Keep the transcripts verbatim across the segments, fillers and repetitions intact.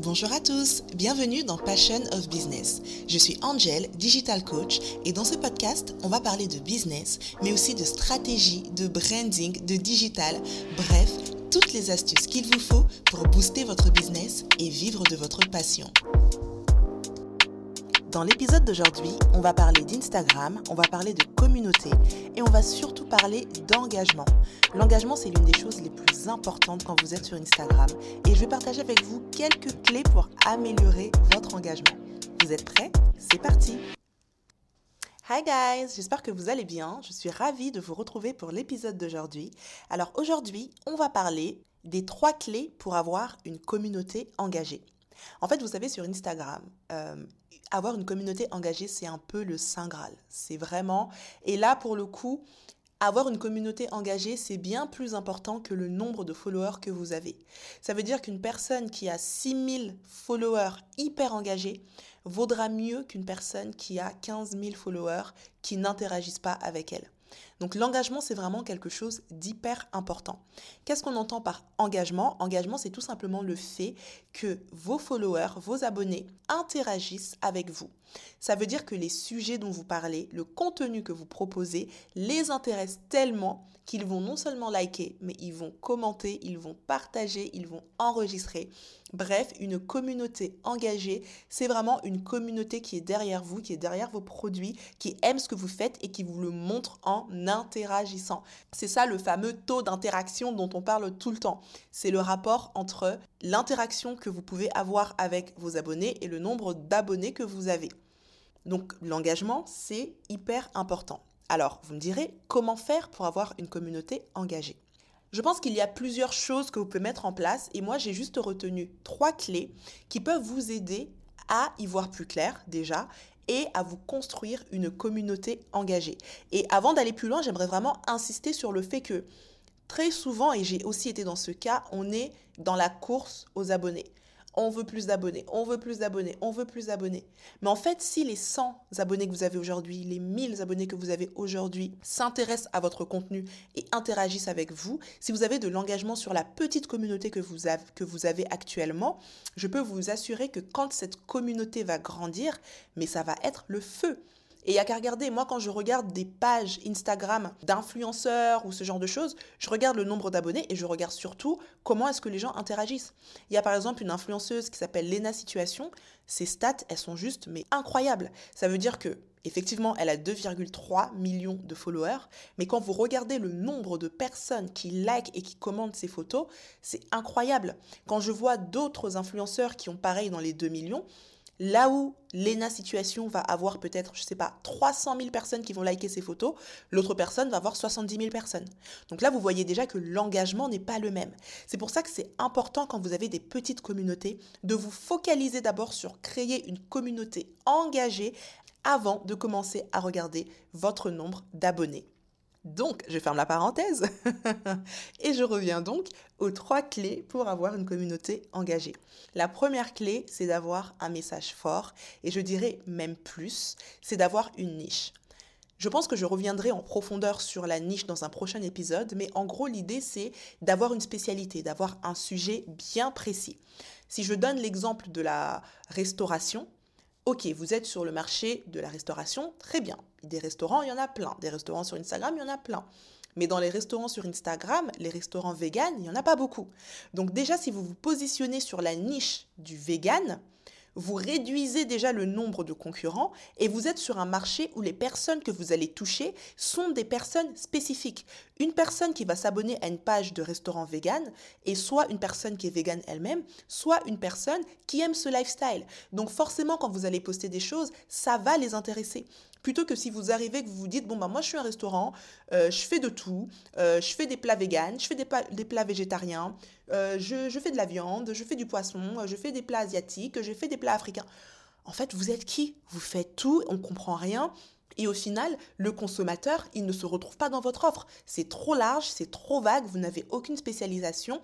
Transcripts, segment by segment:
Bonjour à tous, bienvenue dans Passion of Business. Je suis Angel, Digital Coach, et dans ce podcast, on va parler de business, mais aussi de stratégie, de branding, de digital, bref, toutes les astuces qu'il vous faut pour booster votre business et vivre de votre passion. Dans l'épisode d'aujourd'hui, on va parler d'Instagram, on va parler de communauté et on va surtout parler d'engagement. L'engagement, c'est l'une des choses les plus importantes quand vous êtes sur Instagram et je vais partager avec vous quelques clés pour améliorer votre engagement. Vous êtes prêts? C'est parti! Hi guys, j'espère que vous allez bien. Je suis ravie de vous retrouver pour l'épisode d'aujourd'hui. Alors aujourd'hui, on va parler des trois clés pour avoir une communauté engagée. En fait, vous savez, sur Instagram, euh, avoir une communauté engagée, c'est un peu le Saint Graal. C'est vraiment... Et là, pour le coup, avoir une communauté engagée, c'est bien plus important que le nombre de followers que vous avez. Ça veut dire qu'une personne qui a six mille followers hyper engagés vaudra mieux qu'une personne qui a quinze mille followers qui n'interagissent pas avec elle. Donc l'engagement, c'est vraiment quelque chose d'hyper important. Qu'est-ce qu'on entend par engagement? Engagement, c'est tout simplement le fait que vos followers, vos abonnés interagissent avec vous. Ça veut dire que les sujets dont vous parlez, le contenu que vous proposez, les intéressent tellement qu'ils vont non seulement liker, mais ils vont commenter, ils vont partager, ils vont enregistrer. Bref, une communauté engagée, c'est vraiment une communauté qui est derrière vous, qui est derrière vos produits, qui aime ce que vous faites et qui vous le montre en interagissant. C'est ça le fameux taux d'interaction dont on parle tout le temps. C'est le rapport entre l'interaction que vous pouvez avoir avec vos abonnés et le nombre d'abonnés que vous avez. Donc l'engagement, c'est hyper important. Alors, vous me direz, comment faire pour avoir une communauté engagée? Je pense qu'il y a plusieurs choses que vous pouvez mettre en place et moi, j'ai juste retenu trois clés qui peuvent vous aider à y voir plus clair déjà et à vous construire une communauté engagée. Et avant d'aller plus loin, j'aimerais vraiment insister sur le fait que très souvent, et j'ai aussi été dans ce cas, on est dans la course aux abonnés. On veut plus d'abonnés, on veut plus d'abonnés, on veut plus d'abonnés. Mais en fait, si les cent abonnés que vous avez aujourd'hui, les mille abonnés que vous avez aujourd'hui s'intéressent à votre contenu et interagissent avec vous, si vous avez de l'engagement sur la petite communauté que vous avez, que vous avez actuellement, je peux vous assurer que quand cette communauté va grandir, mais ça va être le feu. Et il n'y a qu'à regarder, moi quand je regarde des pages Instagram d'influenceurs ou ce genre de choses, je regarde le nombre d'abonnés et je regarde surtout comment est-ce que les gens interagissent. Il y a par exemple une influenceuse qui s'appelle Lena Situation, ses stats, elles sont juste mais incroyables. Ça veut dire que effectivement, elle a deux virgule trois millions de followers, mais quand vous regardez le nombre de personnes qui likent et qui commentent ses photos, c'est incroyable. Quand je vois d'autres influenceurs qui ont pareil dans les deux millions, là où Lena Situation va avoir peut-être, je ne sais pas, trois cent mille personnes qui vont liker ses photos, l'autre personne va avoir soixante-dix mille personnes. Donc là, vous voyez déjà que l'engagement n'est pas le même. C'est pour ça que c'est important quand vous avez des petites communautés de vous focaliser d'abord sur créer une communauté engagée avant de commencer à regarder votre nombre d'abonnés. Donc, je ferme la parenthèse et je reviens donc aux trois clés pour avoir une communauté engagée. La première clé, c'est d'avoir un message fort et je dirais même plus, c'est d'avoir une niche. Je pense que je reviendrai en profondeur sur la niche dans un prochain épisode, mais en gros, l'idée, c'est d'avoir une spécialité, d'avoir un sujet bien précis. Si je donne l'exemple de la restauration, ok, vous êtes sur le marché de la restauration, très bien. Des restaurants, il y en a plein. Des restaurants sur Instagram, il y en a plein. Mais dans les restaurants sur Instagram, les restaurants véganes, il n'y en a pas beaucoup. Donc déjà, si vous vous positionnez sur la niche du vegan, vous réduisez déjà le nombre de concurrents et vous êtes sur un marché où les personnes que vous allez toucher sont des personnes spécifiques. Une personne qui va s'abonner à une page de restaurant vegan est soit une personne qui est végane elle-même, soit une personne qui aime ce lifestyle. Donc forcément, quand vous allez poster des choses, ça va les intéresser. Plutôt que si vous arrivez que vous vous dites, bon bah moi je suis un restaurant, euh, je fais de tout, euh, je fais des plats véganes, je fais des, pa- des plats végétariens, euh, je, je fais de la viande, je fais du poisson, je fais des plats asiatiques, je fais des plats africains. En fait, vous êtes qui? Vous faites tout, on ne comprend rien. Et au final, le consommateur, il ne se retrouve pas dans votre offre. C'est trop large, c'est trop vague, vous n'avez aucune spécialisation.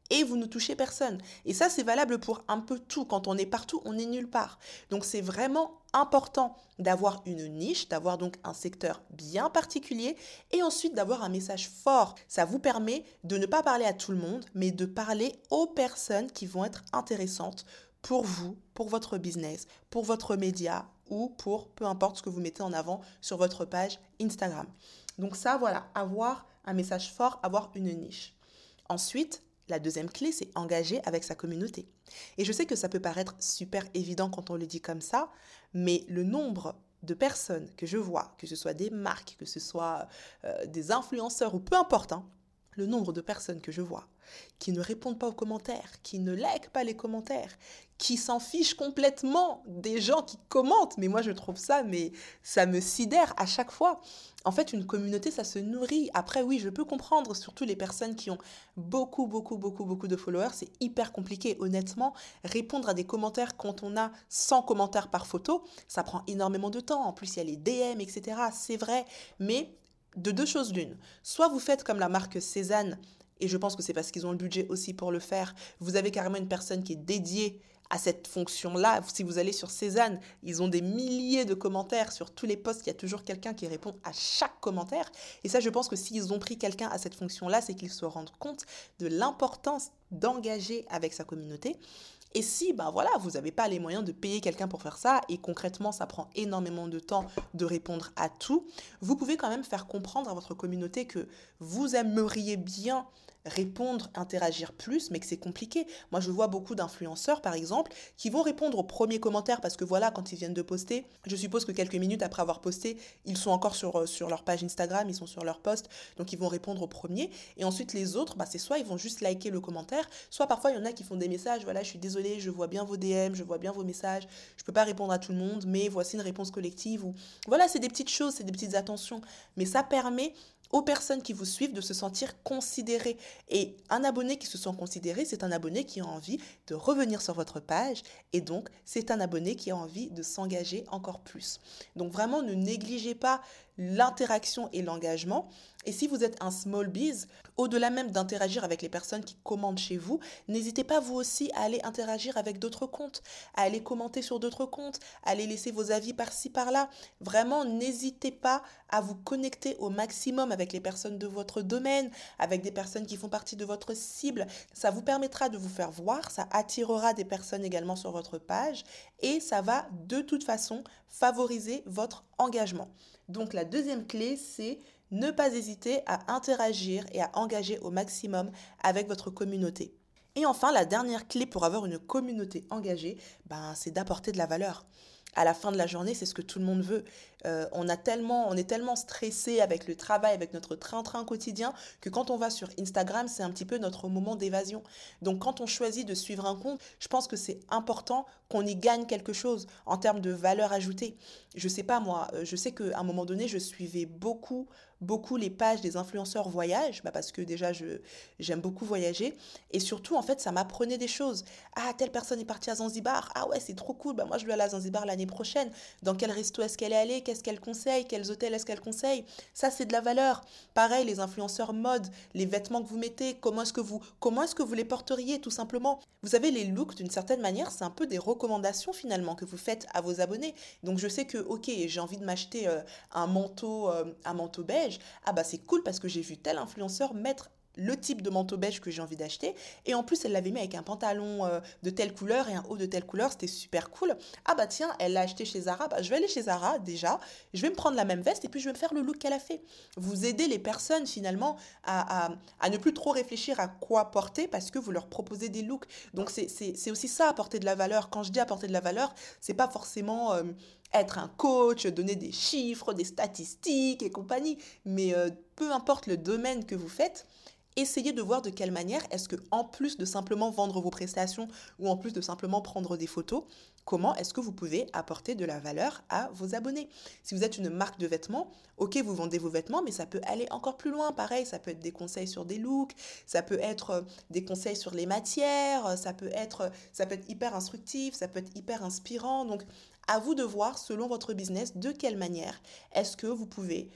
et vous ne touchez personne. Et ça, c'est valable pour un peu tout. Quand on est partout, on n'est nulle part. Donc, c'est vraiment important d'avoir une niche, d'avoir donc un secteur bien particulier et ensuite d'avoir un message fort. Ça vous permet de ne pas parler à tout le monde, mais de parler aux personnes qui vont être intéressantes pour vous, pour votre business, pour votre média ou pour peu importe ce que vous mettez en avant sur votre page Instagram. Donc ça, voilà, avoir un message fort, avoir une niche. Ensuite, la deuxième clé, c'est engager avec sa communauté. Et je sais que ça peut paraître super évident quand on le dit comme ça, mais le nombre de personnes que je vois, que ce soit des marques, que ce soit euh, des influenceurs ou peu importe, hein, le nombre de personnes que je vois qui ne répondent pas aux commentaires, qui ne likent pas les commentaires, qui s'en fichent complètement des gens qui commentent. Mais moi, je trouve ça, mais ça me sidère à chaque fois. En fait, une communauté, ça se nourrit. Après, oui, je peux comprendre, surtout les personnes qui ont beaucoup, beaucoup, beaucoup, beaucoup de followers, c'est hyper compliqué. Honnêtement, répondre à des commentaires quand on a cent commentaires par photo, ça prend énormément de temps. En plus, il y a les D M, et cetera. C'est vrai, mais de deux choses l'une. Soit vous faites comme la marque Cézanne, et je pense que c'est parce qu'ils ont le budget aussi pour le faire. Vous avez carrément une personne qui est dédiée à cette fonction-là. Si vous allez sur Cézanne, ils ont des milliers de commentaires sur tous les posts. Il y a toujours quelqu'un qui répond à chaque commentaire. Et ça, je pense que s'ils ont pris quelqu'un à cette fonction-là, c'est qu'ils se rendent compte de l'importance d'engager avec sa communauté. Et si, ben voilà, vous n'avez pas les moyens de payer quelqu'un pour faire ça, et concrètement, ça prend énormément de temps de répondre à tout, vous pouvez quand même faire comprendre à votre communauté que vous aimeriez bien répondre, interagir plus, mais que c'est compliqué. Moi, je vois beaucoup d'influenceurs, par exemple, qui vont répondre aux premiers commentaires parce que voilà, quand ils viennent de poster, je suppose que quelques minutes après avoir posté, ils sont encore sur, sur leur page Instagram, ils sont sur leur post, donc ils vont répondre aux premiers. Et ensuite, les autres, bah, c'est soit ils vont juste liker le commentaire, soit parfois, il y en a qui font des messages, voilà, je suis désolée, je vois bien vos D M, je vois bien vos messages, je peux pas répondre à tout le monde, mais voici une réponse collective. Ou voilà, c'est des petites choses, c'est des petites attentions. Mais ça permet aux personnes qui vous suivent de se sentir considérées. Et un abonné qui se sent considéré, c'est un abonné qui a envie de revenir sur votre page et donc c'est un abonné qui a envie de s'engager encore plus. Donc vraiment, ne négligez pas l'interaction et l'engagement. Et si vous êtes un small biz, au-delà même d'interagir avec les personnes qui commandent chez vous, n'hésitez pas vous aussi à aller interagir avec d'autres comptes, à aller commenter sur d'autres comptes, à aller laisser vos avis par-ci par-là. Vraiment, n'hésitez pas à vous connecter au maximum avec les personnes de votre domaine, avec des personnes qui font partie de votre cible. Ça vous permettra de vous faire voir, ça attirera des personnes également sur votre page et ça va de toute façon favoriser votre engagement. Donc la deuxième clé, c'est ne pas hésiter à interagir et à engager au maximum avec votre communauté. Et enfin, la dernière clé pour avoir une communauté engagée, ben, c'est d'apporter de la valeur. À la fin de la journée, c'est ce que tout le monde veut. Euh, on a tellement, on est tellement stressé avec le travail, avec notre train-train quotidien, que quand on va sur Instagram, c'est un petit peu notre moment d'évasion. Donc quand on choisit de suivre un compte, je pense que c'est important qu'on y gagne quelque chose en termes de valeur ajoutée. Je sais pas moi, je sais qu'à un moment donné, je suivais beaucoup, beaucoup les pages des influenceurs voyage, bah parce que déjà, je, j'aime beaucoup voyager. Et surtout, en fait, ça m'apprenait des choses. Ah, telle personne est partie à Zanzibar. Ah ouais, c'est trop cool. Bah moi, je vais aller à Zanzibar l'année prochaine. Dans quel resto est-ce qu'elle est allée? Qu'est-ce qu'elle conseille? Quels hôtels est-ce qu'elle conseille? Ça, c'est de la valeur. Pareil, les influenceurs mode, les vêtements que vous mettez, comment est-ce que vous, comment est-ce que vous les porteriez, tout simplement. Vous savez, les looks, d'une certaine manière, c'est un peu des recommandations finalement que vous faites à vos abonnés. Donc, je sais que, ok, j'ai envie de m'acheter euh, un manteau, euh, un manteau beige. Ah bah c'est cool parce que j'ai vu tel influenceur mettre le type de manteau beige que j'ai envie d'acheter et en plus elle l'avait mis avec un pantalon euh, de telle couleur et un haut de telle couleur, c'était super cool. Ah bah tiens, elle l'a acheté chez Zara, bah je vais aller chez Zara déjà, je vais me prendre la même veste et puis je vais me faire le look qu'elle a fait. Vous aidez les personnes finalement à, à, à ne plus trop réfléchir à quoi porter parce que vous leur proposez des looks. Donc c'est, c'est, c'est aussi ça, apporter de la valeur. Quand je dis apporter de la valeur, c'est pas forcément euh, être un coach, donner des chiffres, des statistiques et compagnie, mais euh, peu importe le domaine que vous faites, essayez de voir de quelle manière est-ce que, en plus de simplement vendre vos prestations ou en plus de simplement prendre des photos, comment est-ce que vous pouvez apporter de la valeur à vos abonnés. Si vous êtes une marque de vêtements, ok, vous vendez vos vêtements, mais ça peut aller encore plus loin. Pareil, ça peut être des conseils sur des looks, ça peut être des conseils sur les matières, ça peut être, ça peut être hyper instructif, ça peut être hyper inspirant. Donc, à vous de voir, selon votre business, de quelle manière est-ce que vous pouvez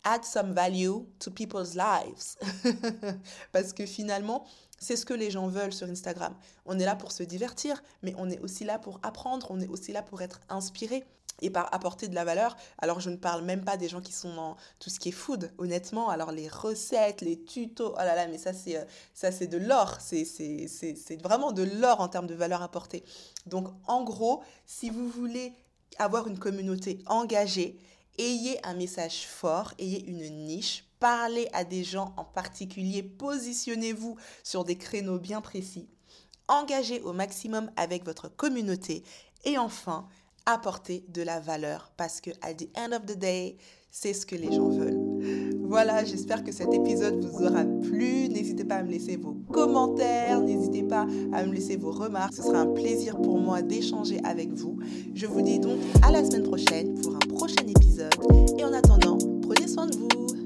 add some value to people's lives. Parce que finalement, c'est ce que les gens veulent sur Instagram. On est là pour se divertir, mais on est aussi là pour apprendre, on est aussi là pour être inspiré et par apporter de la valeur. Alors, je ne parle même pas des gens qui sont dans tout ce qui est food, honnêtement. Alors, les recettes, les tutos, oh là là, mais ça, c'est, euh, ça, c'est de l'or. C'est, c'est, c'est, c'est vraiment de l'or en termes de valeur apportée. Donc, en gros, si vous voulez avoir une communauté engagée, ayez un message fort, ayez une niche, parlez à des gens en particulier, positionnez-vous sur des créneaux bien précis, engagez au maximum avec votre communauté et enfin, apportez de la valeur parce que at the end of the day, c'est ce que les gens veulent. Voilà, j'espère que cet épisode vous aura plu. N'hésitez pas à me laisser vos commentaires, n'hésitez pas à me laisser vos remarques. Ce sera un plaisir pour moi d'échanger avec vous. Je vous dis donc à la semaine prochaine pour un prochain épisode. Et en attendant, prenez soin de vous.